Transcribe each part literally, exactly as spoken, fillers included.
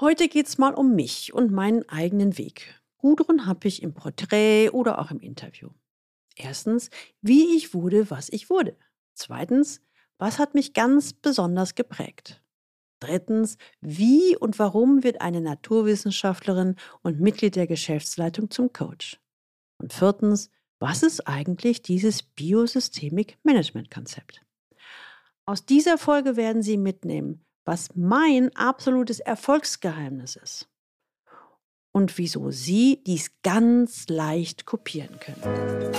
Heute geht's mal um mich und meinen eigenen Weg. Gudrun Happig im Porträt oder auch im Interview. Erstens, wie ich wurde, was ich wurde. Zweitens, was hat mich ganz besonders geprägt? Drittens, wie und warum wird eine Naturwissenschaftlerin und Mitglied der Geschäftsleitung zum Coach? Und viertens, was ist eigentlich dieses Biosystemic Management Konzept? Aus dieser Folge werden Sie mitnehmen, was mein absolutes Erfolgsgeheimnis ist und wieso Sie dies ganz leicht kopieren können.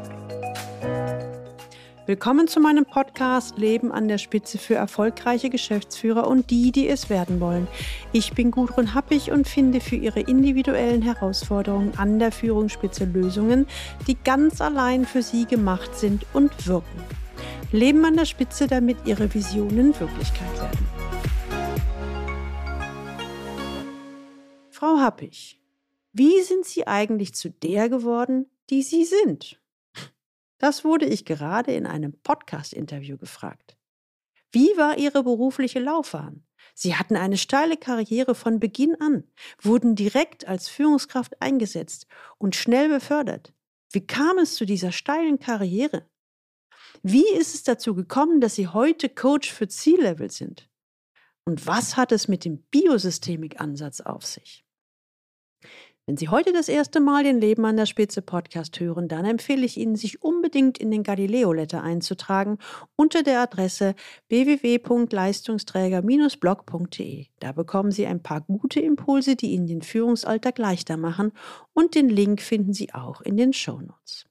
Willkommen zu meinem Podcast Leben an der Spitze für erfolgreiche Geschäftsführer und die, die es werden wollen. Ich bin Gudrun Happig und finde für Ihre individuellen Herausforderungen an der Führungsspitze Lösungen, die ganz allein für Sie gemacht sind und wirken. Leben an der Spitze, damit Ihre Visionen Wirklichkeit werden. Frau Happig, wie sind Sie eigentlich zu der geworden, die Sie sind? Das wurde ich gerade in einem Podcast-Interview gefragt. Wie war Ihre berufliche Laufbahn? Sie hatten eine steile Karriere von Beginn an, wurden direkt als Führungskraft eingesetzt und schnell befördert. Wie kam es zu dieser steilen Karriere? Wie ist es dazu gekommen, dass Sie heute Coach für C-Level sind? Und was hat es mit dem Biosystemik-Ansatz auf sich? Wenn Sie heute das erste Mal den Leben an der Spitze Podcast hören, dann empfehle ich Ihnen, sich unbedingt in den Galileo-Letter einzutragen unter der Adresse w w w punkt leistungsträger Bindestrich blog punkt de. Da bekommen Sie ein paar gute Impulse, die Ihnen den Führungsalltag leichter machen, und den Link finden Sie auch in den Shownotes.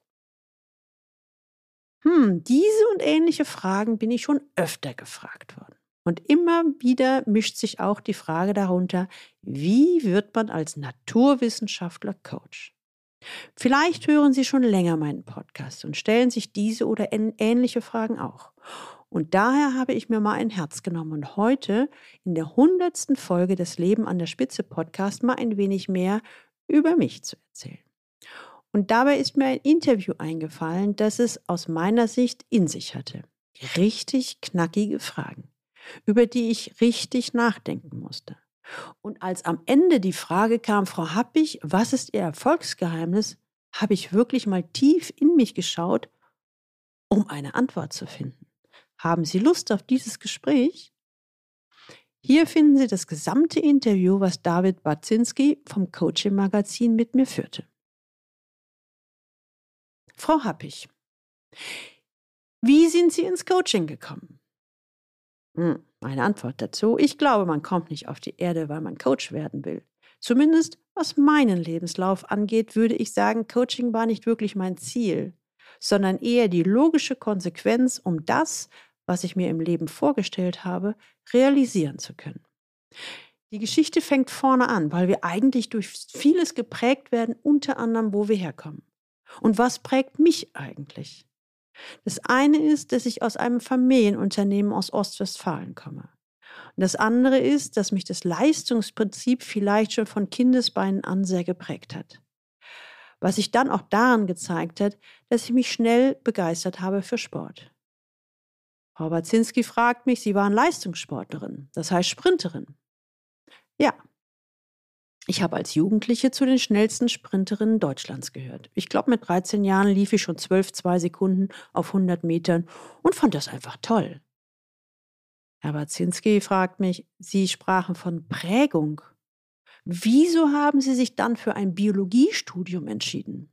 Hm, diese und ähnliche Fragen bin ich schon öfter gefragt worden. Und immer wieder mischt sich auch die Frage darunter, wie wird man als Naturwissenschaftler Coach? Vielleicht hören Sie schon länger meinen Podcast und stellen sich diese oder ähnliche Fragen auch. Und daher habe ich mir mal ein Herz genommen und heute in der hundertsten Folge des Leben an der Spitze Podcast mal ein wenig mehr über mich zu erzählen. Und dabei ist mir ein Interview eingefallen, das es aus meiner Sicht in sich hatte. Richtig knackige Fragen, über die ich richtig nachdenken musste. Und als am Ende die Frage kam, Frau Happig, was ist Ihr Erfolgsgeheimnis, habe ich wirklich mal tief in mich geschaut, um eine Antwort zu finden. Haben Sie Lust auf dieses Gespräch? Hier finden Sie das gesamte Interview, was David Baczynski vom Coaching-Magazin mit mir führte. Frau Happig, wie sind Sie ins Coaching gekommen? Hm, meine Antwort dazu, ich glaube, man kommt nicht auf die Erde, weil man Coach werden will. Zumindest was meinen Lebenslauf angeht, würde ich sagen, Coaching war nicht wirklich mein Ziel, sondern eher die logische Konsequenz, um das, was ich mir im Leben vorgestellt habe, realisieren zu können. Die Geschichte fängt vorne an, weil wir eigentlich durch vieles geprägt werden, unter anderem, wo wir herkommen. Und was prägt mich eigentlich? Das eine ist, dass ich aus einem Familienunternehmen aus Ostwestfalen komme. Und das andere ist, dass mich das Leistungsprinzip vielleicht schon von Kindesbeinen an sehr geprägt hat. Was sich dann auch daran gezeigt hat, dass ich mich schnell begeistert habe für Sport. Frau Baczynski fragt mich, Sie waren Leistungssportlerin, das heißt Sprinterin. Ja. Ich habe als Jugendliche zu den schnellsten Sprinterinnen Deutschlands gehört. Ich glaube, mit dreizehn Jahren lief ich schon zwölf Komma zwei Sekunden auf hundert Metern und fand das einfach toll. Herr Baczynski fragt mich, Sie sprachen von Prägung. Wieso haben Sie sich dann für ein Biologiestudium entschieden?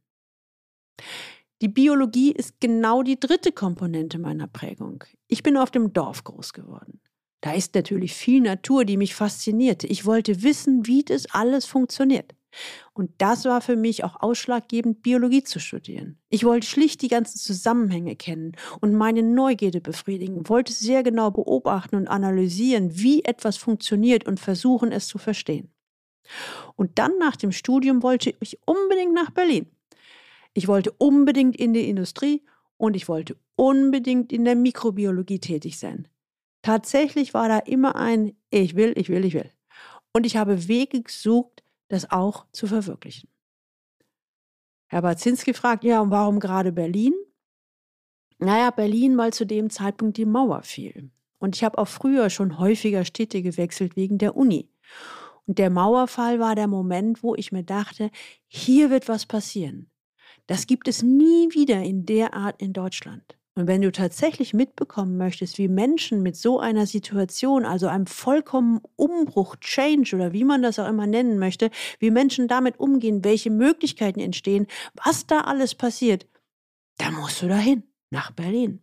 Die Biologie ist genau die dritte Komponente meiner Prägung. Ich bin auf dem Dorf groß geworden. Da ist natürlich viel Natur, die mich faszinierte. Ich wollte wissen, wie das alles funktioniert. Und das war für mich auch ausschlaggebend, Biologie zu studieren. Ich wollte schlicht die ganzen Zusammenhänge kennen und meine Neugierde befriedigen, wollte sehr genau beobachten und analysieren, wie etwas funktioniert und versuchen, es zu verstehen. Und dann nach dem Studium wollte ich unbedingt nach Berlin. Ich wollte unbedingt in die Industrie und ich wollte unbedingt in der Mikrobiologie tätig sein. Tatsächlich war da immer ein Ich will, ich will, ich will. Und ich habe Wege gesucht, das auch zu verwirklichen. Herr Baczynski fragt, ja, und warum gerade Berlin? Naja, Berlin, weil zu dem Zeitpunkt die Mauer fiel. Und ich habe auch früher schon häufiger Städte gewechselt wegen der Uni. Und der Mauerfall war der Moment, wo ich mir dachte, hier wird was passieren. Das gibt es nie wieder in der Art in Deutschland. Und wenn du tatsächlich mitbekommen möchtest, wie Menschen mit so einer Situation, also einem vollkommenen Umbruch, Change oder wie man das auch immer nennen möchte, wie Menschen damit umgehen, welche Möglichkeiten entstehen, was da alles passiert, dann musst du dahin, nach Berlin.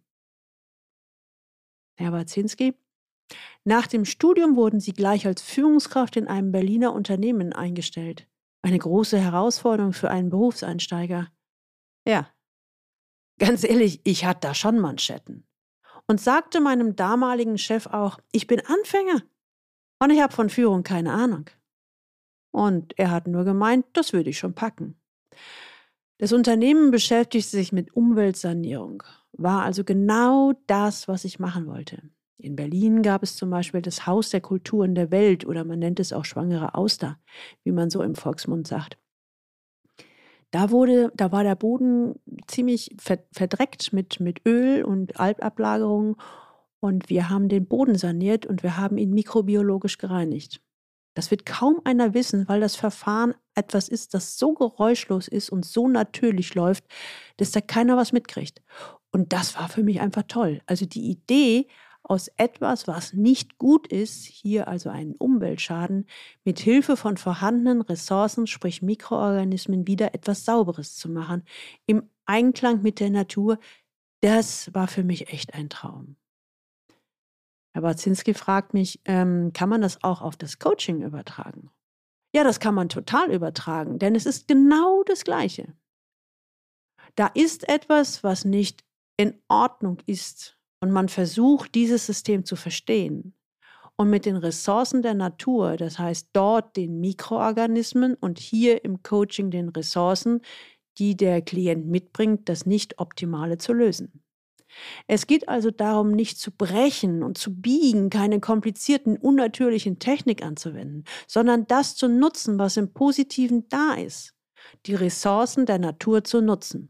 Herr Barzinski, nach dem Studium wurden Sie gleich als Führungskraft in einem Berliner Unternehmen eingestellt. Eine große Herausforderung für einen Berufseinsteiger. Ja, ganz ehrlich, ich hatte da schon Manschetten. Und sagte meinem damaligen Chef auch, ich bin Anfänger und ich habe von Führung keine Ahnung. Und er hat nur gemeint, das würde ich schon packen. Das Unternehmen beschäftigte sich mit Umweltsanierung, war also genau das, was ich machen wollte. In Berlin gab es zum Beispiel das Haus der Kulturen der Welt oder man nennt es auch Schwangere Auster, wie man so im Volksmund sagt. Da, wurde, da war der Boden ziemlich verdreckt mit, mit Öl und Albablagerungen und wir haben den Boden saniert und wir haben ihn mikrobiologisch gereinigt. Das wird kaum einer wissen, weil das Verfahren etwas ist, das so geräuschlos ist und so natürlich läuft, dass da keiner was mitkriegt. Und das war für mich einfach toll. Also die Idee, aus etwas, was nicht gut ist, hier also einen Umweltschaden, mit Hilfe von vorhandenen Ressourcen, sprich Mikroorganismen, wieder etwas Sauberes zu machen, im Einklang mit der Natur, das war für mich echt ein Traum. Herr Barzinski fragt mich, ähm, kann man das auch auf das Coaching übertragen? Ja, das kann man total übertragen, denn es ist genau das Gleiche. Da ist etwas, was nicht in Ordnung ist und man versucht, dieses System zu verstehen. Und mit den Ressourcen der Natur, das heißt dort den Mikroorganismen und hier im Coaching den Ressourcen, die der Klient mitbringt, das Nicht-Optimale zu lösen. Es geht also darum, nicht zu brechen und zu biegen, keine komplizierten, unnatürlichen Technik anzuwenden, sondern das zu nutzen, was im Positiven da ist, die Ressourcen der Natur zu nutzen.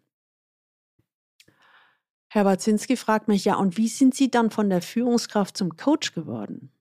Herr Barzinski fragt mich, ja, und wie sind Sie dann von der Führungskraft zum Coach geworden?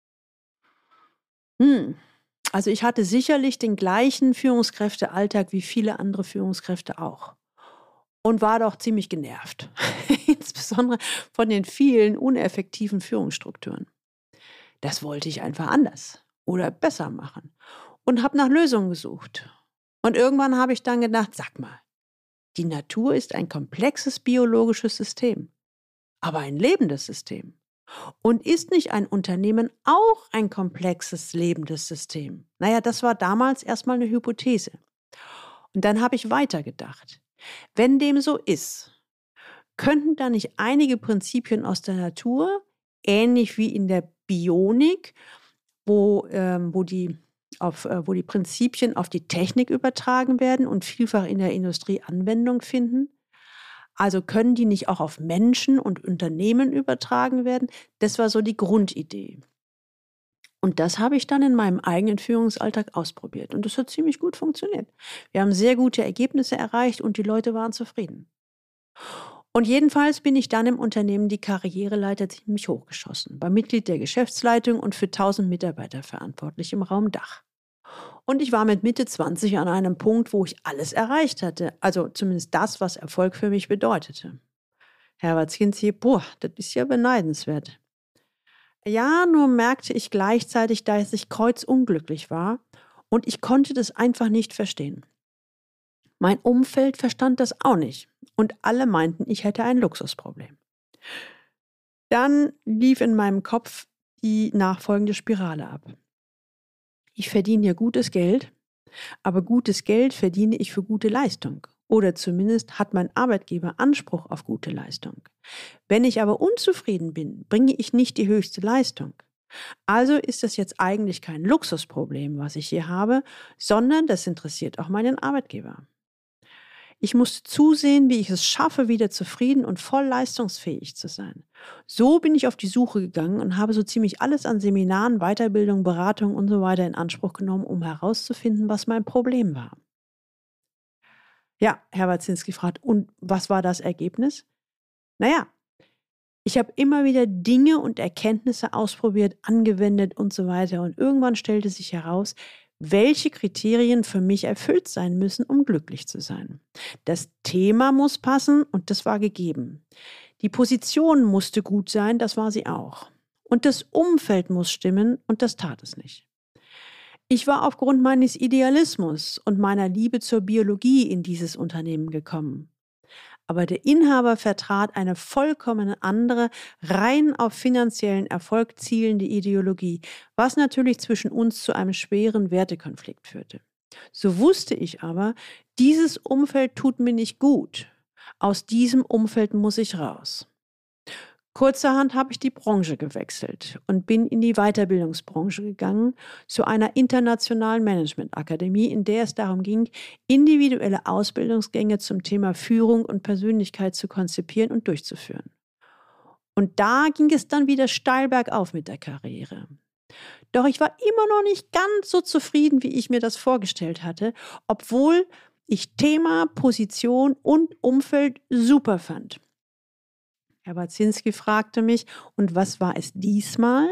Hm, also ich hatte sicherlich den gleichen Führungskräftealltag wie viele andere Führungskräfte auch. Und war doch ziemlich genervt, insbesondere von den vielen uneffektiven Führungsstrukturen. Das wollte ich einfach anders oder besser machen und habe nach Lösungen gesucht. Und irgendwann habe ich dann gedacht, sag mal, die Natur ist ein komplexes biologisches System, aber ein lebendes System. Und ist nicht ein Unternehmen auch ein komplexes lebendes System? Naja, das war damals erstmal eine Hypothese. Und dann habe ich weitergedacht. Wenn dem so ist, könnten da nicht einige Prinzipien aus der Natur, ähnlich wie in der Bionik, wo, ähm, wo, die, auf, äh, wo die Prinzipien auf die Technik übertragen werden und vielfach in der Industrie Anwendung finden? Also können die nicht auch auf Menschen und Unternehmen übertragen werden? Das war so die Grundidee. Und das habe ich dann in meinem eigenen Führungsalltag ausprobiert. Und das hat ziemlich gut funktioniert. Wir haben sehr gute Ergebnisse erreicht und die Leute waren zufrieden. Und jedenfalls bin ich dann im Unternehmen die Karriereleiter ziemlich hochgeschossen, war Mitglied der Geschäftsleitung und für tausend Mitarbeiter verantwortlich im Raum Dach. Und ich war mit Mitte zwanzig an einem Punkt, wo ich alles erreicht hatte, also zumindest das, was Erfolg für mich bedeutete. Herr Barzinski, boah, das ist ja beneidenswert. Ja, nur merkte ich gleichzeitig, dass ich kreuzunglücklich war und ich konnte das einfach nicht verstehen. Mein Umfeld verstand das auch nicht und alle meinten, ich hätte ein Luxusproblem. Dann lief in meinem Kopf die nachfolgende Spirale ab. Ich verdiene ja gutes Geld, aber gutes Geld verdiene ich für gute Leistung. Oder zumindest hat mein Arbeitgeber Anspruch auf gute Leistung. Wenn ich aber unzufrieden bin, bringe ich nicht die höchste Leistung. Also ist das jetzt eigentlich kein Luxusproblem, was ich hier habe, sondern das interessiert auch meinen Arbeitgeber. Ich musste zusehen, wie ich es schaffe, wieder zufrieden und voll leistungsfähig zu sein. So bin ich auf die Suche gegangen und habe so ziemlich alles an Seminaren, Weiterbildung, Beratung und so weiter in Anspruch genommen, um herauszufinden, was mein Problem war. Ja, Herr Barzinski fragt, und was war das Ergebnis? Naja, Ich habe immer wieder Dinge und Erkenntnisse ausprobiert, angewendet und so weiter. Und irgendwann stellte sich heraus, welche Kriterien für mich erfüllt sein müssen, um glücklich zu sein. Das Thema muss passen und das war gegeben. Die Position musste gut sein, das war sie auch. Und das Umfeld muss stimmen und das tat es nicht. Ich war aufgrund meines Idealismus und meiner Liebe zur Biologie in dieses Unternehmen gekommen. Aber der Inhaber vertrat eine vollkommen andere, rein auf finanziellen Erfolg zielende Ideologie, was natürlich zwischen uns zu einem schweren Wertekonflikt führte. So wusste ich aber, dieses Umfeld tut mir nicht gut. Aus diesem Umfeld muss ich raus. Kurzerhand habe ich die Branche gewechselt und bin in die Weiterbildungsbranche gegangen, zu einer internationalen Managementakademie, in der es darum ging, individuelle Ausbildungsgänge zum Thema Führung und Persönlichkeit zu konzipieren und durchzuführen. Und da ging es dann wieder steil bergauf mit der Karriere. Doch ich war immer noch nicht ganz so zufrieden, wie ich mir das vorgestellt hatte, obwohl ich Thema, Position und Umfeld super fand. Herr Baczynski fragte mich, und was war es diesmal?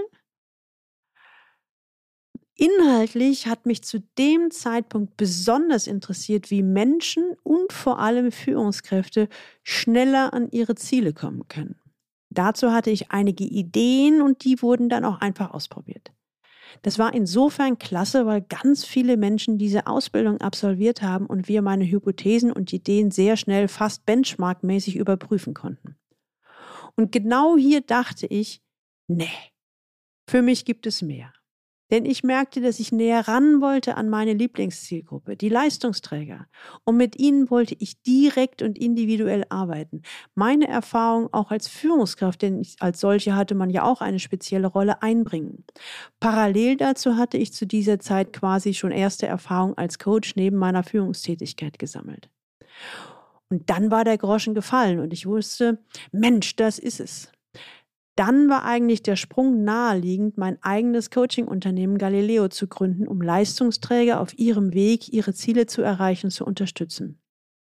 Inhaltlich hat mich zu dem Zeitpunkt besonders interessiert, wie Menschen und vor allem Führungskräfte schneller an ihre Ziele kommen können. Dazu hatte ich einige Ideen und die wurden dann auch einfach ausprobiert. Das war insofern klasse, weil ganz viele Menschen diese Ausbildung absolviert haben und wir meine Hypothesen und Ideen sehr schnell fast benchmarkmäßig überprüfen konnten. Und genau hier dachte ich, nee, für mich gibt es mehr. Denn ich merkte, dass ich näher ran wollte an meine Lieblingszielgruppe, die Leistungsträger. Und mit ihnen wollte ich direkt und individuell arbeiten. Meine Erfahrung auch als Führungskraft, denn ich, als solche hatte man ja auch eine spezielle Rolle, einbringen. Parallel dazu hatte ich zu dieser Zeit quasi schon erste Erfahrung als Coach neben meiner Führungstätigkeit gesammelt. Und dann war der Groschen gefallen und ich wusste, Mensch, das ist es. Dann war eigentlich der Sprung naheliegend, mein eigenes Coaching-Unternehmen Galileo zu gründen, um Leistungsträger auf ihrem Weg, ihre Ziele zu erreichen, zu unterstützen.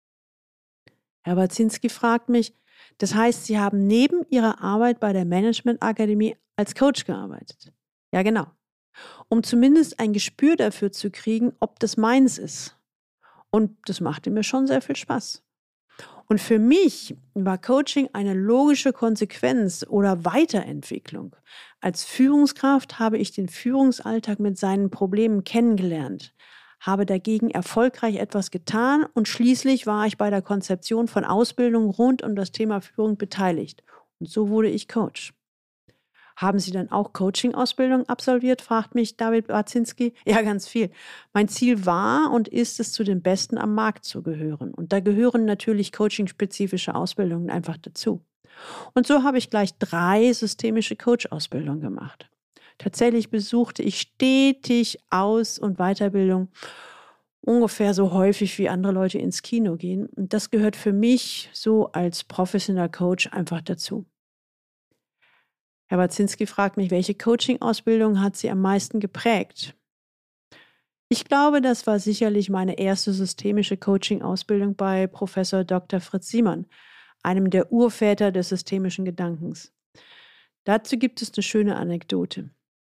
Herr Baczynski fragt mich, das heißt, Sie haben neben Ihrer Arbeit bei der Managementakademie als Coach gearbeitet? Ja, genau. Um zumindest ein Gespür dafür zu kriegen, ob das meins ist. Und das machte mir schon sehr viel Spaß. Und für mich war Coaching eine logische Konsequenz oder Weiterentwicklung. Als Führungskraft habe ich den Führungsalltag mit seinen Problemen kennengelernt, habe dagegen erfolgreich etwas getan und schließlich war ich bei der Konzeption von Ausbildung rund um das Thema Führung beteiligt. Und so wurde ich Coach. Haben Sie dann auch Coaching-Ausbildung absolviert, fragt mich David Baczynski. Ja, ganz viel. Mein Ziel war und ist es, zu den Besten am Markt zu gehören. Und da gehören natürlich coaching-spezifische Ausbildungen einfach dazu. Und so habe ich gleich drei systemische Coach-Ausbildungen gemacht. Tatsächlich besuchte ich stetig Aus- und Weiterbildung, ungefähr so häufig wie andere Leute ins Kino gehen. Und das gehört für mich so als professioneller Coach einfach dazu. Herr Baczynski fragt mich, welche Coaching-Ausbildung hat Sie am meisten geprägt? Ich glaube, das war sicherlich meine erste systemische Coaching-Ausbildung bei Professor Doktor Fritz Simon, einem der Urväter des systemischen Gedankens. Dazu gibt es eine schöne Anekdote.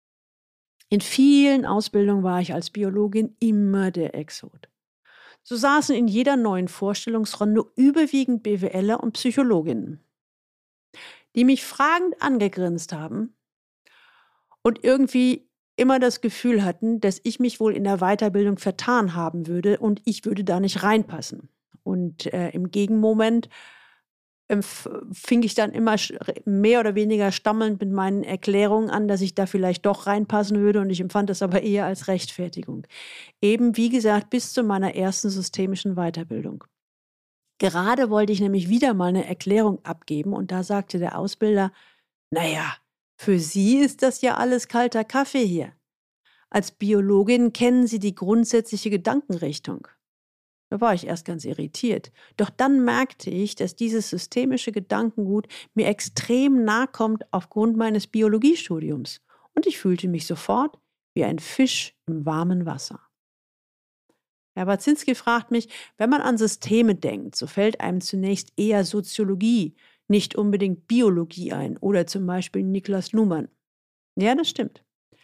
In vielen Ausbildungen war ich als Biologin immer der Exot. So saßen in jeder neuen Vorstellungsrunde überwiegend BWLer und Psychologinnen, die mich fragend angegrinst haben und irgendwie immer das Gefühl hatten, dass ich mich wohl in der Weiterbildung vertan haben würde und ich würde da nicht reinpassen. Und äh, im Gegenmoment äh, fing ich dann immer mehr oder weniger stammelnd mit meinen Erklärungen an, dass ich da vielleicht doch reinpassen würde und ich empfand das aber eher als Rechtfertigung. Eben, wie gesagt, bis zu meiner ersten systemischen Weiterbildung. Gerade wollte ich nämlich wieder mal eine Erklärung abgeben und da sagte der Ausbilder, naja, für Sie ist das ja alles kalter Kaffee hier. Als Biologin kennen Sie die grundsätzliche Gedankenrichtung. Da war ich erst ganz irritiert. Doch dann merkte ich, dass dieses systemische Gedankengut mir extrem nahe kommt aufgrund meines Biologiestudiums. Und ich fühlte mich sofort wie ein Fisch im warmen Wasser. Herr Baczynski fragt mich, wenn man an Systeme denkt, so fällt einem zunächst eher Soziologie, nicht unbedingt Biologie ein oder zum Beispiel Niklas Luhmann. Ja, das stimmt.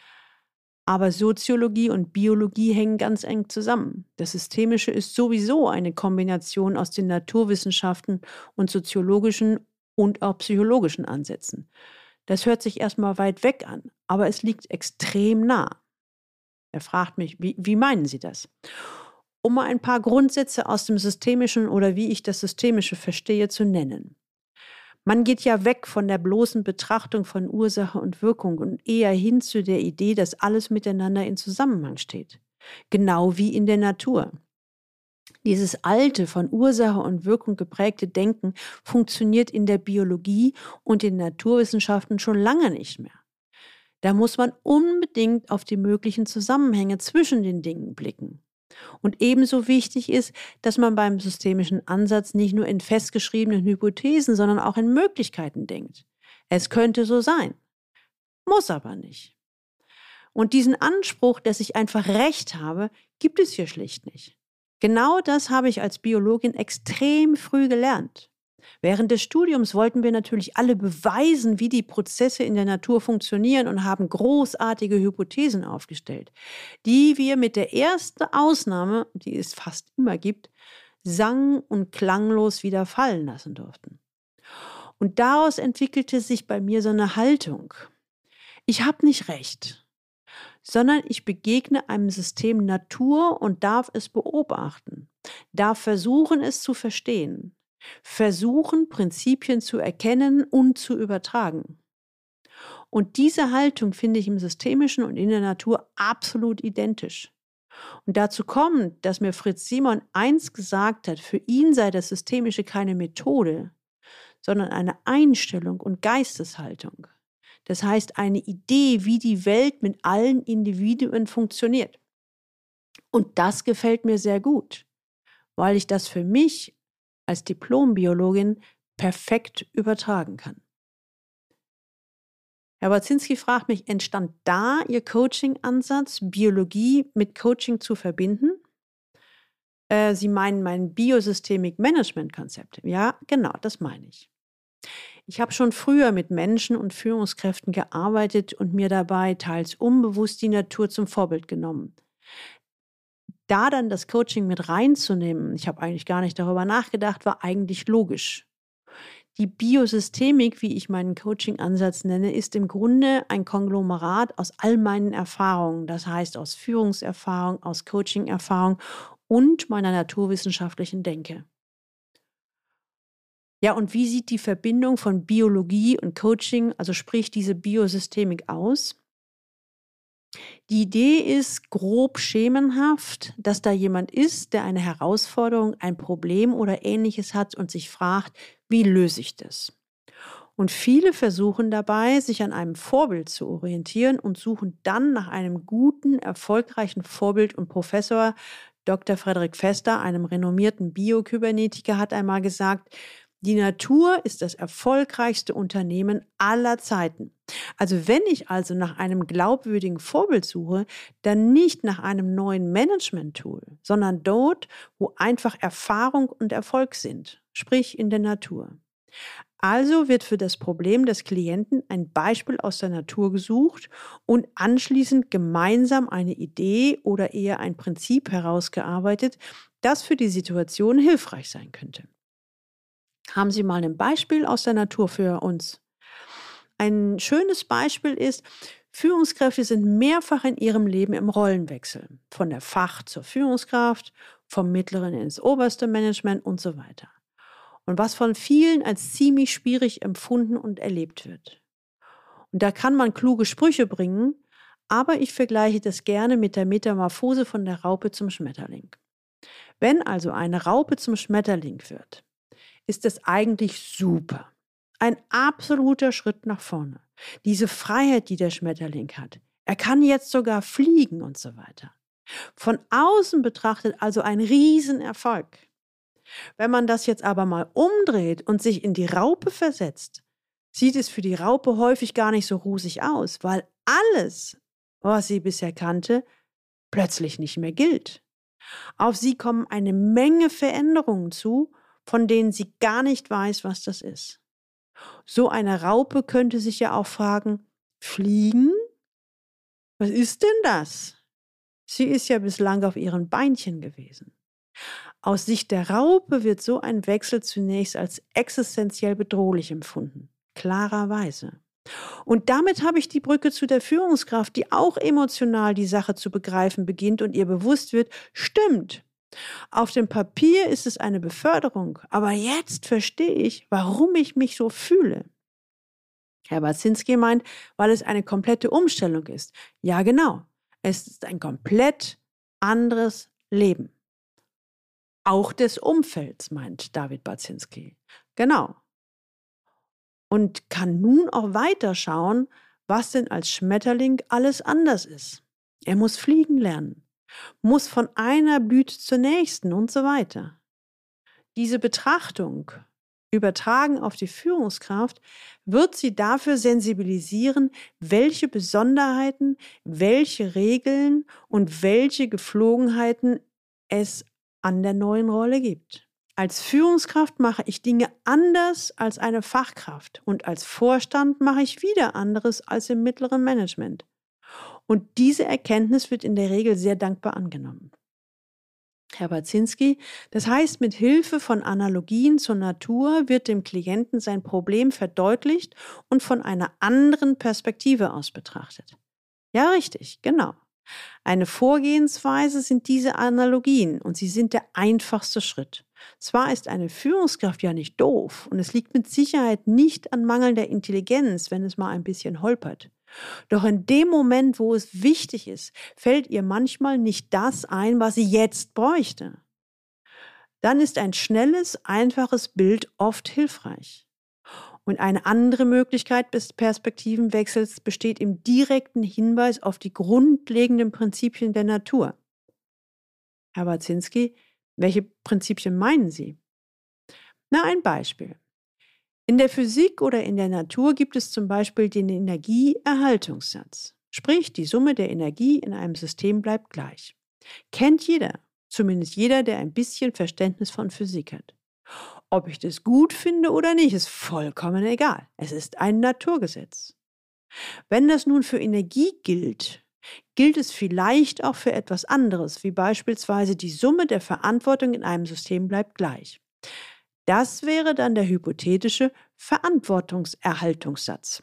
Aber Soziologie und Biologie hängen ganz eng zusammen. Das Systemische ist sowieso eine Kombination aus den Naturwissenschaften und soziologischen und auch psychologischen Ansätzen. Das hört sich erstmal weit weg an, aber es liegt extrem nah. Er fragt mich, wie, wie meinen Sie das? Um mal ein paar Grundsätze aus dem Systemischen oder wie ich das Systemische verstehe zu nennen. Man geht ja weg von der bloßen Betrachtung von Ursache und Wirkung und eher hin zu der Idee, dass alles miteinander in Zusammenhang steht. Genau wie in der Natur. Dieses alte, von Ursache und Wirkung geprägte Denken funktioniert in der Biologie und den Naturwissenschaften schon lange nicht mehr. Da muss man unbedingt auf die möglichen Zusammenhänge zwischen den Dingen blicken. Und ebenso wichtig ist, dass man beim systemischen Ansatz nicht nur in festgeschriebenen Hypothesen, sondern auch in Möglichkeiten denkt. Es könnte so sein, muss aber nicht. Und diesen Anspruch, dass ich einfach Recht habe, gibt es hier schlicht nicht. Genau das habe ich als Biologin extrem früh gelernt. Während des Studiums wollten wir natürlich alle beweisen, wie die Prozesse in der Natur funktionieren und haben großartige Hypothesen aufgestellt, die wir mit der ersten Ausnahme, die es fast immer gibt, sang- und klanglos wieder fallen lassen durften. Und daraus entwickelte sich bei mir so eine Haltung. Ich habe nicht recht, sondern ich begegne einem System Natur und darf es beobachten, darf versuchen, es zu verstehen. Versuchen, Prinzipien zu erkennen und zu übertragen. Und diese Haltung finde ich im Systemischen und in der Natur absolut identisch. Und dazu kommt, dass mir Fritz Simon eins gesagt hat, für ihn sei das Systemische keine Methode, sondern eine Einstellung und Geisteshaltung. Das heißt, eine Idee, wie die Welt mit allen Individuen funktioniert. Und das gefällt mir sehr gut, weil ich das für mich als Diplombiologin perfekt übertragen kann. Herr Baczynski fragt mich, entstand da Ihr Coaching-Ansatz, Biologie mit Coaching zu verbinden? Äh, Sie meinen mein Biosystemik-Management-Konzept? Ja, genau, das meine ich. Ich habe schon früher mit Menschen und Führungskräften gearbeitet und mir dabei teils unbewusst die Natur zum Vorbild genommen. Da dann das Coaching mit reinzunehmen, ich habe eigentlich gar nicht darüber nachgedacht, war eigentlich logisch. Die Biosystemik, wie ich meinen Coaching-Ansatz nenne, ist im Grunde ein Konglomerat aus all meinen Erfahrungen. Das heißt aus Führungserfahrung, aus Coaching-Erfahrung und meiner naturwissenschaftlichen Denke. Ja, und wie sieht die Verbindung von Biologie und Coaching, also sprich diese Biosystemik, aus? Die Idee ist grob schemenhaft, dass da jemand ist, der eine Herausforderung, ein Problem oder Ähnliches hat und sich fragt, wie löse ich das? Und viele versuchen dabei, sich an einem Vorbild zu orientieren und suchen dann nach einem guten, erfolgreichen Vorbild. Und Professor Doktor Frederik Vester, einem renommierten Biokybernetiker, hat einmal gesagt, die Natur ist das erfolgreichste Unternehmen aller Zeiten. Also wenn ich also nach einem glaubwürdigen Vorbild suche, dann nicht nach einem neuen Management-Tool, sondern dort, wo einfach Erfahrung und Erfolg sind, sprich in der Natur. Also wird für das Problem des Klienten ein Beispiel aus der Natur gesucht und anschließend gemeinsam eine Idee oder eher ein Prinzip herausgearbeitet, das für die Situation hilfreich sein könnte. Haben Sie mal ein Beispiel aus der Natur für uns? Ein schönes Beispiel ist, Führungskräfte sind mehrfach in ihrem Leben im Rollenwechsel. Von der Fach- zur Führungskraft, vom mittleren ins oberste Management und so weiter. Und was von vielen als ziemlich schwierig empfunden und erlebt wird. Und da kann man kluge Sprüche bringen, aber ich vergleiche das gerne mit der Metamorphose von der Raupe zum Schmetterling. Wenn also eine Raupe zum Schmetterling wird, ist es eigentlich super. Ein absoluter Schritt nach vorne. Diese Freiheit, die der Schmetterling hat. Er kann jetzt sogar fliegen und so weiter. Von außen betrachtet also ein Riesenerfolg. Wenn man das jetzt aber mal umdreht und sich in die Raupe versetzt, sieht es für die Raupe häufig gar nicht so rosig aus, weil alles, was sie bisher kannte, plötzlich nicht mehr gilt. Auf sie kommen eine Menge Veränderungen zu, von denen sie gar nicht weiß, was das ist. So eine Raupe könnte sich ja auch fragen, fliegen? Was ist denn das? Sie ist ja bislang auf ihren Beinchen gewesen. Aus Sicht der Raupe wird so ein Wechsel zunächst als existenziell bedrohlich empfunden. Klarerweise. Und damit habe ich die Brücke zu der Führungskraft, die auch emotional die Sache zu begreifen beginnt und ihr bewusst wird, stimmt. Auf dem Papier ist es eine Beförderung, aber jetzt verstehe ich, warum ich mich so fühle. Herr Baczynski meint, weil es eine komplette Umstellung ist. Ja, genau. Es ist ein komplett anderes Leben. Auch des Umfelds, meint David Baczynski. Genau. Und kann nun auch weiterschauen, was denn als Schmetterling alles anders ist. Er muss fliegen lernen, muss von einer Blüte zur nächsten und so weiter. Diese Betrachtung, übertragen auf die Führungskraft, wird sie dafür sensibilisieren, welche Besonderheiten, welche Regeln und welche Gepflogenheiten es an der neuen Rolle gibt. Als Führungskraft mache ich Dinge anders als eine Fachkraft und als Vorstand mache ich wieder anderes als im mittleren Management. Und diese Erkenntnis wird in der Regel sehr dankbar angenommen. Herr Baczynski, das heißt, mit Hilfe von Analogien zur Natur wird dem Klienten sein Problem verdeutlicht und von einer anderen Perspektive aus betrachtet. Ja, richtig, genau. Eine Vorgehensweise sind diese Analogien und sie sind der einfachste Schritt. Zwar ist eine Führungskraft ja nicht doof und es liegt mit Sicherheit nicht an mangelnder Intelligenz, wenn es mal ein bisschen holpert. Doch in dem Moment, wo es wichtig ist, fällt ihr manchmal nicht das ein, was sie jetzt bräuchte. Dann ist ein schnelles, einfaches Bild oft hilfreich. Und eine andere Möglichkeit des Perspektivenwechsels besteht im direkten Hinweis auf die grundlegenden Prinzipien der Natur. Herr Baczynski, welche Prinzipien meinen Sie? Na, ein Beispiel. In der Physik oder in der Natur gibt es zum Beispiel den Energieerhaltungssatz. Sprich, die Summe der Energie in einem System bleibt gleich. Kennt jeder, zumindest jeder, der ein bisschen Verständnis von Physik hat. Ob ich das gut finde oder nicht, ist vollkommen egal. Es ist ein Naturgesetz. Wenn das nun für Energie gilt, gilt es vielleicht auch für etwas anderes, wie beispielsweise die Summe der Verantwortung in einem System bleibt gleich. Das wäre dann der hypothetische Verantwortungserhaltungssatz.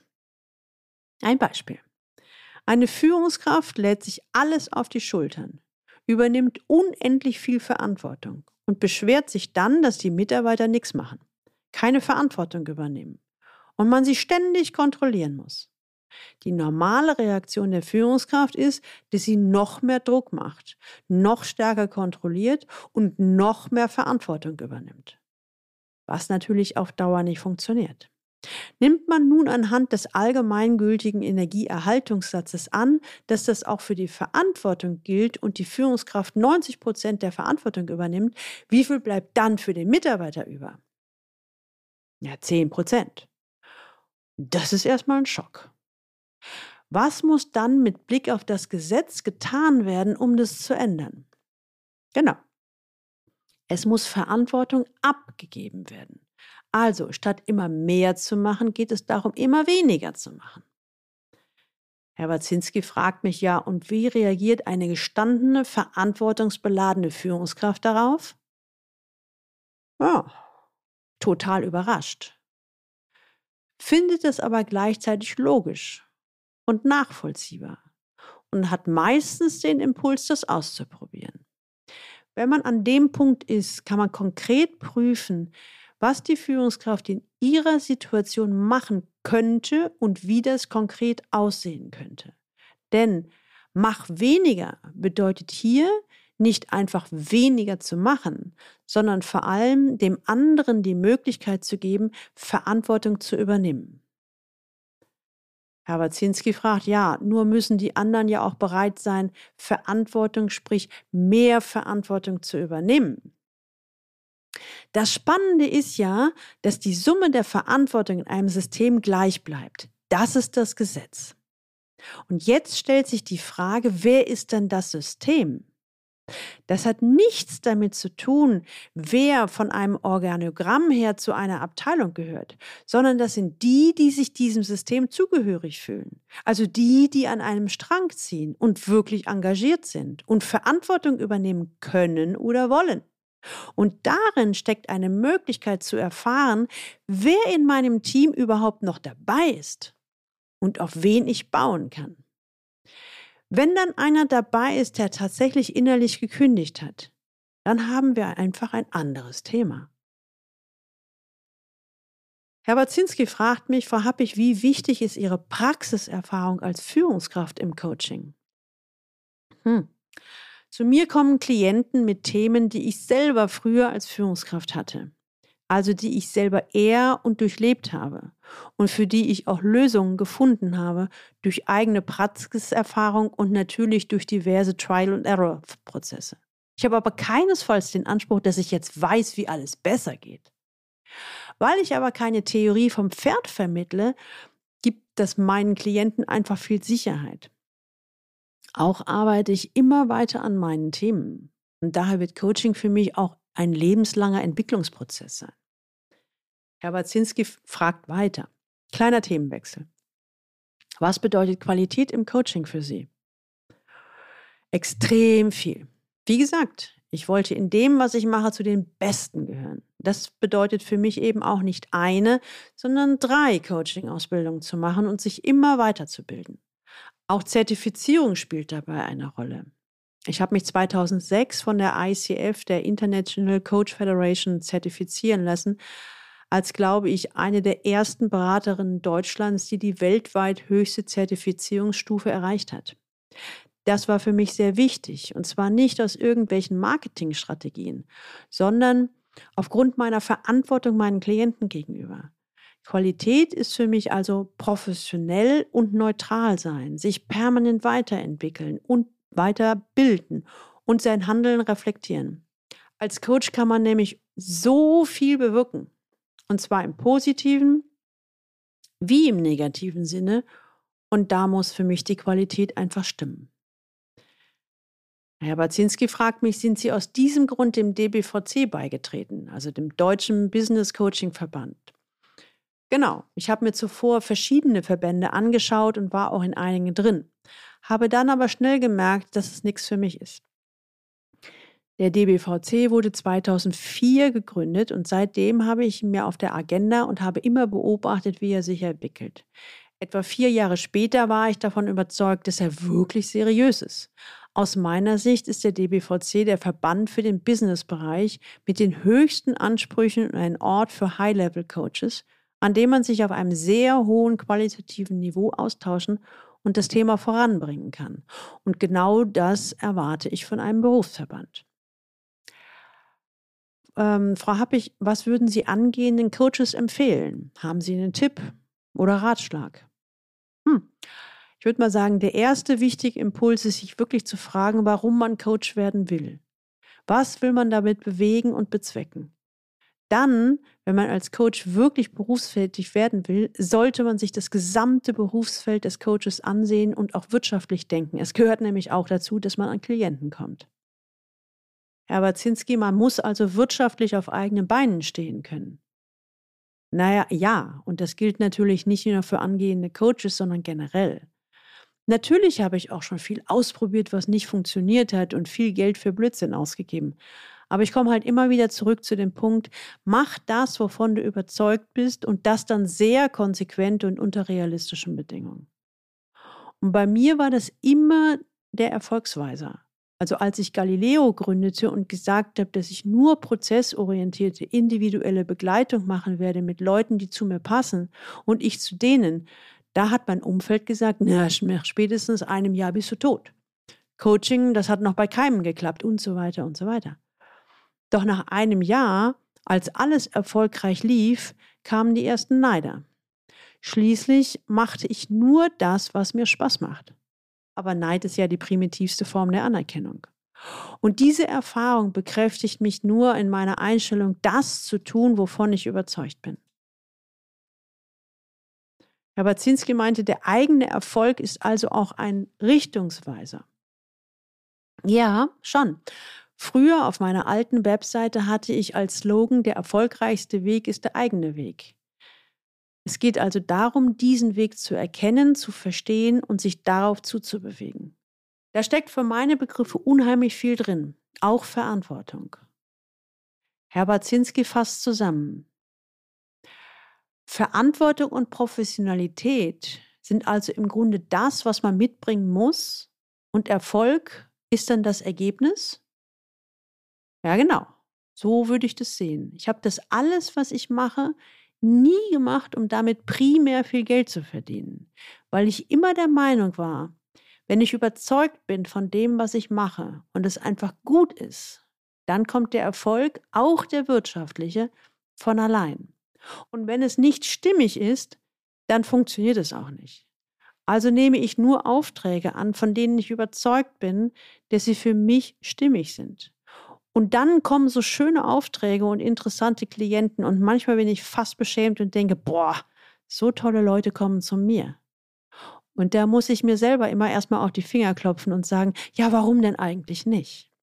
Ein Beispiel. Eine Führungskraft lädt sich alles auf die Schultern, übernimmt unendlich viel Verantwortung und beschwert sich dann, dass die Mitarbeiter nichts machen, keine Verantwortung übernehmen und man sie ständig kontrollieren muss. Die normale Reaktion der Führungskraft ist, dass sie noch mehr Druck macht, noch stärker kontrolliert und noch mehr Verantwortung übernimmt. Was natürlich auf Dauer nicht funktioniert. Nimmt man nun anhand des allgemeingültigen Energieerhaltungssatzes an, dass das auch für die Verantwortung gilt und die Führungskraft neunzig Prozent der Verantwortung übernimmt, wie viel bleibt dann für den Mitarbeiter über? Ja, zehn Prozent. Das ist erstmal ein Schock. Was muss dann mit Blick auf das Gesetz getan werden, um das zu ändern? Genau. Es muss Verantwortung abgegeben werden. Also, statt immer mehr zu machen, geht es darum, immer weniger zu machen. Herr Baczynski fragt mich ja, und wie reagiert eine gestandene, verantwortungsbeladene Führungskraft darauf? Ja, total überrascht. Findet es aber gleichzeitig logisch und nachvollziehbar und hat meistens den Impuls, das auszuprobieren. Wenn man an dem Punkt ist, kann man konkret prüfen, was die Führungskraft in ihrer Situation machen könnte und wie das konkret aussehen könnte. Denn mach weniger bedeutet hier nicht einfach weniger zu machen, sondern vor allem dem anderen die Möglichkeit zu geben, Verantwortung zu übernehmen. Herr Baczynski fragt, ja, nur müssen die anderen ja auch bereit sein, Verantwortung, sprich mehr Verantwortung zu übernehmen. Das Spannende ist ja, dass die Summe der Verantwortung in einem System gleich bleibt. Das ist das Gesetz. Und jetzt stellt sich die Frage, wer ist denn das System? Das hat nichts damit zu tun, wer von einem Organigramm her zu einer Abteilung gehört, sondern das sind die, die sich diesem System zugehörig fühlen. Also die, die an einem Strang ziehen und wirklich engagiert sind und Verantwortung übernehmen können oder wollen. Und darin steckt eine Möglichkeit zu erfahren, wer in meinem Team überhaupt noch dabei ist und auf wen ich bauen kann. Wenn dann einer dabei ist, der tatsächlich innerlich gekündigt hat, dann haben wir einfach ein anderes Thema. Herr Baczynski fragt mich, Frau Happig, wie wichtig ist Ihre Praxiserfahrung als Führungskraft im Coaching? Hm. Zu mir kommen Klienten mit Themen, die ich selber früher als Führungskraft hatte. Also die ich selber eher und durchlebt habe und für die ich auch Lösungen gefunden habe durch eigene Praxiserfahrung und natürlich durch diverse Trial-and-Error-Prozesse. Ich habe aber keinesfalls den Anspruch, dass ich jetzt weiß, wie alles besser geht. Weil ich aber keine Theorie vom Pferd vermittle, gibt das meinen Klienten einfach viel Sicherheit. Auch arbeite ich immer weiter an meinen Themen. Und daher wird Coaching für mich auch ein lebenslanger Entwicklungsprozess sein. Herr Baczynski fragt weiter. Kleiner Themenwechsel. Was bedeutet Qualität im Coaching für Sie? Extrem viel. Wie gesagt, ich wollte in dem, was ich mache, zu den Besten gehören. Das bedeutet für mich eben auch nicht eine, sondern drei Coaching-Ausbildungen zu machen und sich immer weiterzubilden. Auch Zertifizierung spielt dabei eine Rolle. Ich habe mich zweitausendsechs von der I C F, der International Coach Federation, zertifizieren lassen, als, glaube ich, eine der ersten Beraterinnen Deutschlands, die die weltweit höchste Zertifizierungsstufe erreicht hat. Das war für mich sehr wichtig, und zwar nicht aus irgendwelchen Marketingstrategien, sondern aufgrund meiner Verantwortung meinen Klienten gegenüber. Qualität ist für mich also professionell und neutral sein, sich permanent weiterentwickeln und weiterbilden und sein Handeln reflektieren. Als Coach kann man nämlich so viel bewirken. Und zwar im positiven wie im negativen Sinne. Und da muss für mich die Qualität einfach stimmen. Herr Baczynski fragt mich, sind Sie aus diesem Grund dem D B V C beigetreten, also dem Deutschen Business Coaching Verband? Genau, ich habe mir zuvor verschiedene Verbände angeschaut und war auch in einigen drin, habe dann aber schnell gemerkt, dass es nichts für mich ist. Der D B V C wurde zweitausendvier gegründet und seitdem habe ich ihn mir auf der Agenda und habe immer beobachtet, wie er sich entwickelt. Etwa vier Jahre später war ich davon überzeugt, dass er wirklich seriös ist. Aus meiner Sicht ist der D B V C der Verband für den Businessbereich mit den höchsten Ansprüchen und ein Ort für High-Level-Coaches, an dem man sich auf einem sehr hohen qualitativen Niveau austauschen und das Thema voranbringen kann. Und genau das erwarte ich von einem Berufsverband. Ähm, Frau Happig, was würden Sie angehenden Coaches empfehlen? Haben Sie einen Tipp oder Ratschlag? Hm. Ich würde mal sagen, der erste wichtige Impuls ist, sich wirklich zu fragen, warum man Coach werden will. Was will man damit bewegen und bezwecken? Dann, wenn man als Coach wirklich berufstätig werden will, sollte man sich das gesamte Berufsfeld des Coaches ansehen und auch wirtschaftlich denken. Es gehört nämlich auch dazu, dass man an Klienten kommt. Herr Baczynski, man muss also wirtschaftlich auf eigenen Beinen stehen können. Naja, ja, und das gilt natürlich nicht nur für angehende Coaches, sondern generell. Natürlich habe ich auch schon viel ausprobiert, was nicht funktioniert hat und viel Geld für Blödsinn ausgegeben. Aber ich komme halt immer wieder zurück zu dem Punkt, mach das, wovon du überzeugt bist und das dann sehr konsequent und unter realistischen Bedingungen. Und bei mir war das immer der Erfolgsweiser. Also als ich Galileo gründete und gesagt habe, dass ich nur prozessorientierte, individuelle Begleitung machen werde mit Leuten, die zu mir passen und ich zu denen, da hat mein Umfeld gesagt, na, nach spätestens einem Jahr bist du tot. Coaching, das hat noch bei keinem geklappt und so weiter und so weiter. Doch nach einem Jahr, als alles erfolgreich lief, kamen die ersten Neider. Schließlich machte ich nur das, was mir Spaß macht. Aber Neid ist ja die primitivste Form der Anerkennung. Und diese Erfahrung bekräftigt mich nur in meiner Einstellung, das zu tun, wovon ich überzeugt bin. Herr Baczynski meinte, der eigene Erfolg ist also auch ein Richtungsweiser. Ja, schon. Früher auf meiner alten Webseite hatte ich als Slogan, der erfolgreichste Weg ist der eigene Weg. Es geht also darum, diesen Weg zu erkennen, zu verstehen und sich darauf zuzubewegen. Da steckt für meine Begriffe unheimlich viel drin, auch Verantwortung. Herbert Zinski fasst zusammen. Verantwortung und Professionalität sind also im Grunde das, was man mitbringen muss, und Erfolg ist dann das Ergebnis? Ja, genau. So würde ich das sehen. Ich habe das alles, was ich mache, nie gemacht, um damit primär viel Geld zu verdienen, weil ich immer der Meinung war, wenn ich überzeugt bin von dem, was ich mache und es einfach gut ist, dann kommt der Erfolg, auch der wirtschaftliche, von allein. Und wenn es nicht stimmig ist, dann funktioniert es auch nicht. Also nehme ich nur Aufträge an, von denen ich überzeugt bin, dass sie für mich stimmig sind. Und dann kommen so schöne Aufträge und interessante Klienten und manchmal bin ich fast beschämt und denke, boah, so tolle Leute kommen zu mir. Und da muss ich mir selber immer erstmal auf die Finger klopfen und sagen, ja, warum denn eigentlich nicht?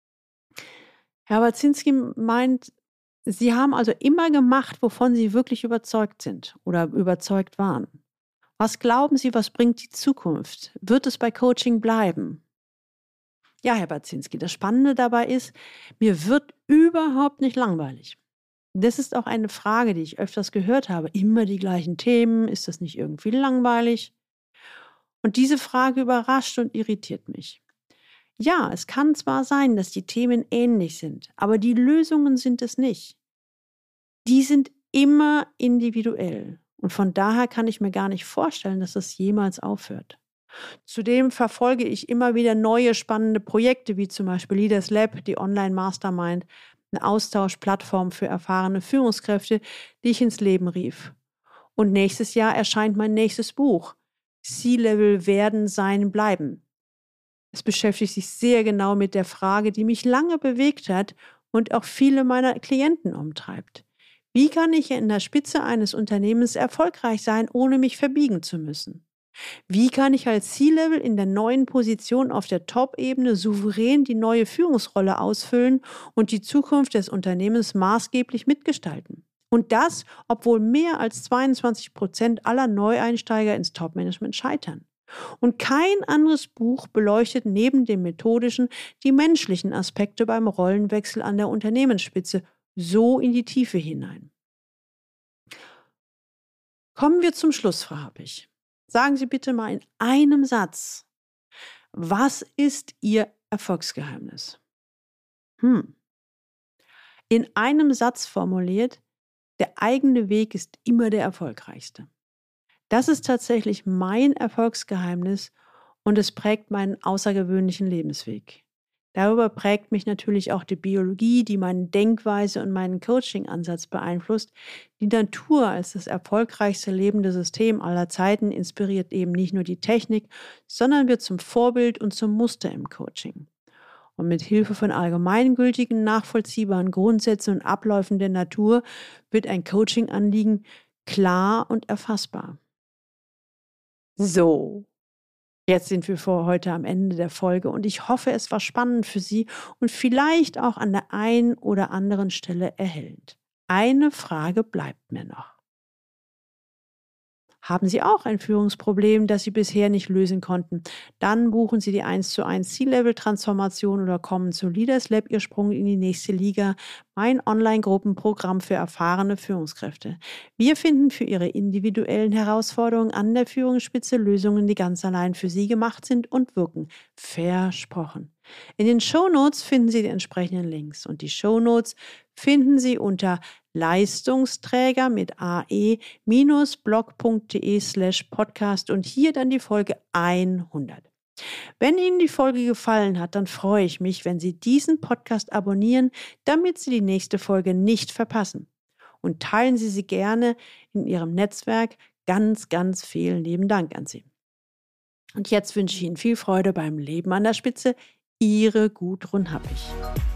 Herbert Zinski meint, Sie haben also immer gemacht, wovon Sie wirklich überzeugt sind oder überzeugt waren. Was glauben Sie, was bringt die Zukunft? Wird es bei Coaching bleiben? Ja, Herr Baczynski, das Spannende dabei ist, mir wird überhaupt nicht langweilig. Das ist auch eine Frage, die ich öfters gehört habe. Immer die gleichen Themen, ist das nicht irgendwie langweilig? Und diese Frage überrascht und irritiert mich. Ja, es kann zwar sein, dass die Themen ähnlich sind, aber die Lösungen sind es nicht. Die sind immer individuell. Und von daher kann ich mir gar nicht vorstellen, dass das jemals aufhört. Zudem verfolge ich immer wieder neue spannende Projekte, wie zum Beispiel Leaders Lab, die Online-Mastermind, eine Austauschplattform für erfahrene Führungskräfte, die ich ins Leben rief. Und nächstes Jahr erscheint mein nächstes Buch, C-Level werden, sein, bleiben. Es beschäftigt sich sehr genau mit der Frage, die mich lange bewegt hat und auch viele meiner Klienten umtreibt. Wie kann ich in der Spitze eines Unternehmens erfolgreich sein, ohne mich verbiegen zu müssen? Wie kann ich als C-Level in der neuen Position auf der Top-Ebene souverän die neue Führungsrolle ausfüllen und die Zukunft des Unternehmens maßgeblich mitgestalten? Und das, obwohl mehr als zweiundzwanzig Prozent aller Neueinsteiger ins Top-Management scheitern. Und kein anderes Buch beleuchtet neben dem methodischen die menschlichen Aspekte beim Rollenwechsel an der Unternehmensspitze so in die Tiefe hinein. Kommen wir zum Schluss, Frau Happig. Sagen Sie bitte mal in einem Satz, was ist Ihr Erfolgsgeheimnis? Hm. In einem Satz formuliert, der eigene Weg ist immer der erfolgreichste. Das ist tatsächlich mein Erfolgsgeheimnis und es prägt meinen außergewöhnlichen Lebensweg. Darüber prägt mich natürlich auch die Biologie, die meine Denkweise und meinen Coaching-Ansatz beeinflusst. Die Natur als das erfolgreichste lebende System aller Zeiten inspiriert eben nicht nur die Technik, sondern wird zum Vorbild und zum Muster im Coaching. Und mit Hilfe von allgemeingültigen, nachvollziehbaren Grundsätzen und Abläufen der Natur wird ein Coaching-Anliegen klar und erfassbar. So. Jetzt sind wir für heute am Ende der Folge und ich hoffe, es war spannend für Sie und vielleicht auch an der einen oder anderen Stelle erhellend. Eine Frage bleibt mir noch. Haben Sie auch ein Führungsproblem, das Sie bisher nicht lösen konnten? Dann buchen Sie die eins zu eins C-Level-Transformation oder kommen zu Leaders Lab, Ihr Sprung in die nächste Liga, mein Online-Gruppenprogramm für erfahrene Führungskräfte. Wir finden für Ihre individuellen Herausforderungen an der Führungsspitze Lösungen, die ganz allein für Sie gemacht sind und wirken. Versprochen. In den Shownotes finden Sie die entsprechenden Links und die Shownotes finden Sie unter Leistungsträger mit ae-blog.de slash podcast und hier dann die Folge hundert. Wenn Ihnen die Folge gefallen hat, dann freue ich mich, wenn Sie diesen Podcast abonnieren, damit Sie die nächste Folge nicht verpassen. Und teilen Sie sie gerne in Ihrem Netzwerk. Ganz, ganz vielen lieben Dank an Sie. Und jetzt wünsche ich Ihnen viel Freude beim Leben an der Spitze. Ihre Gudrun Happig.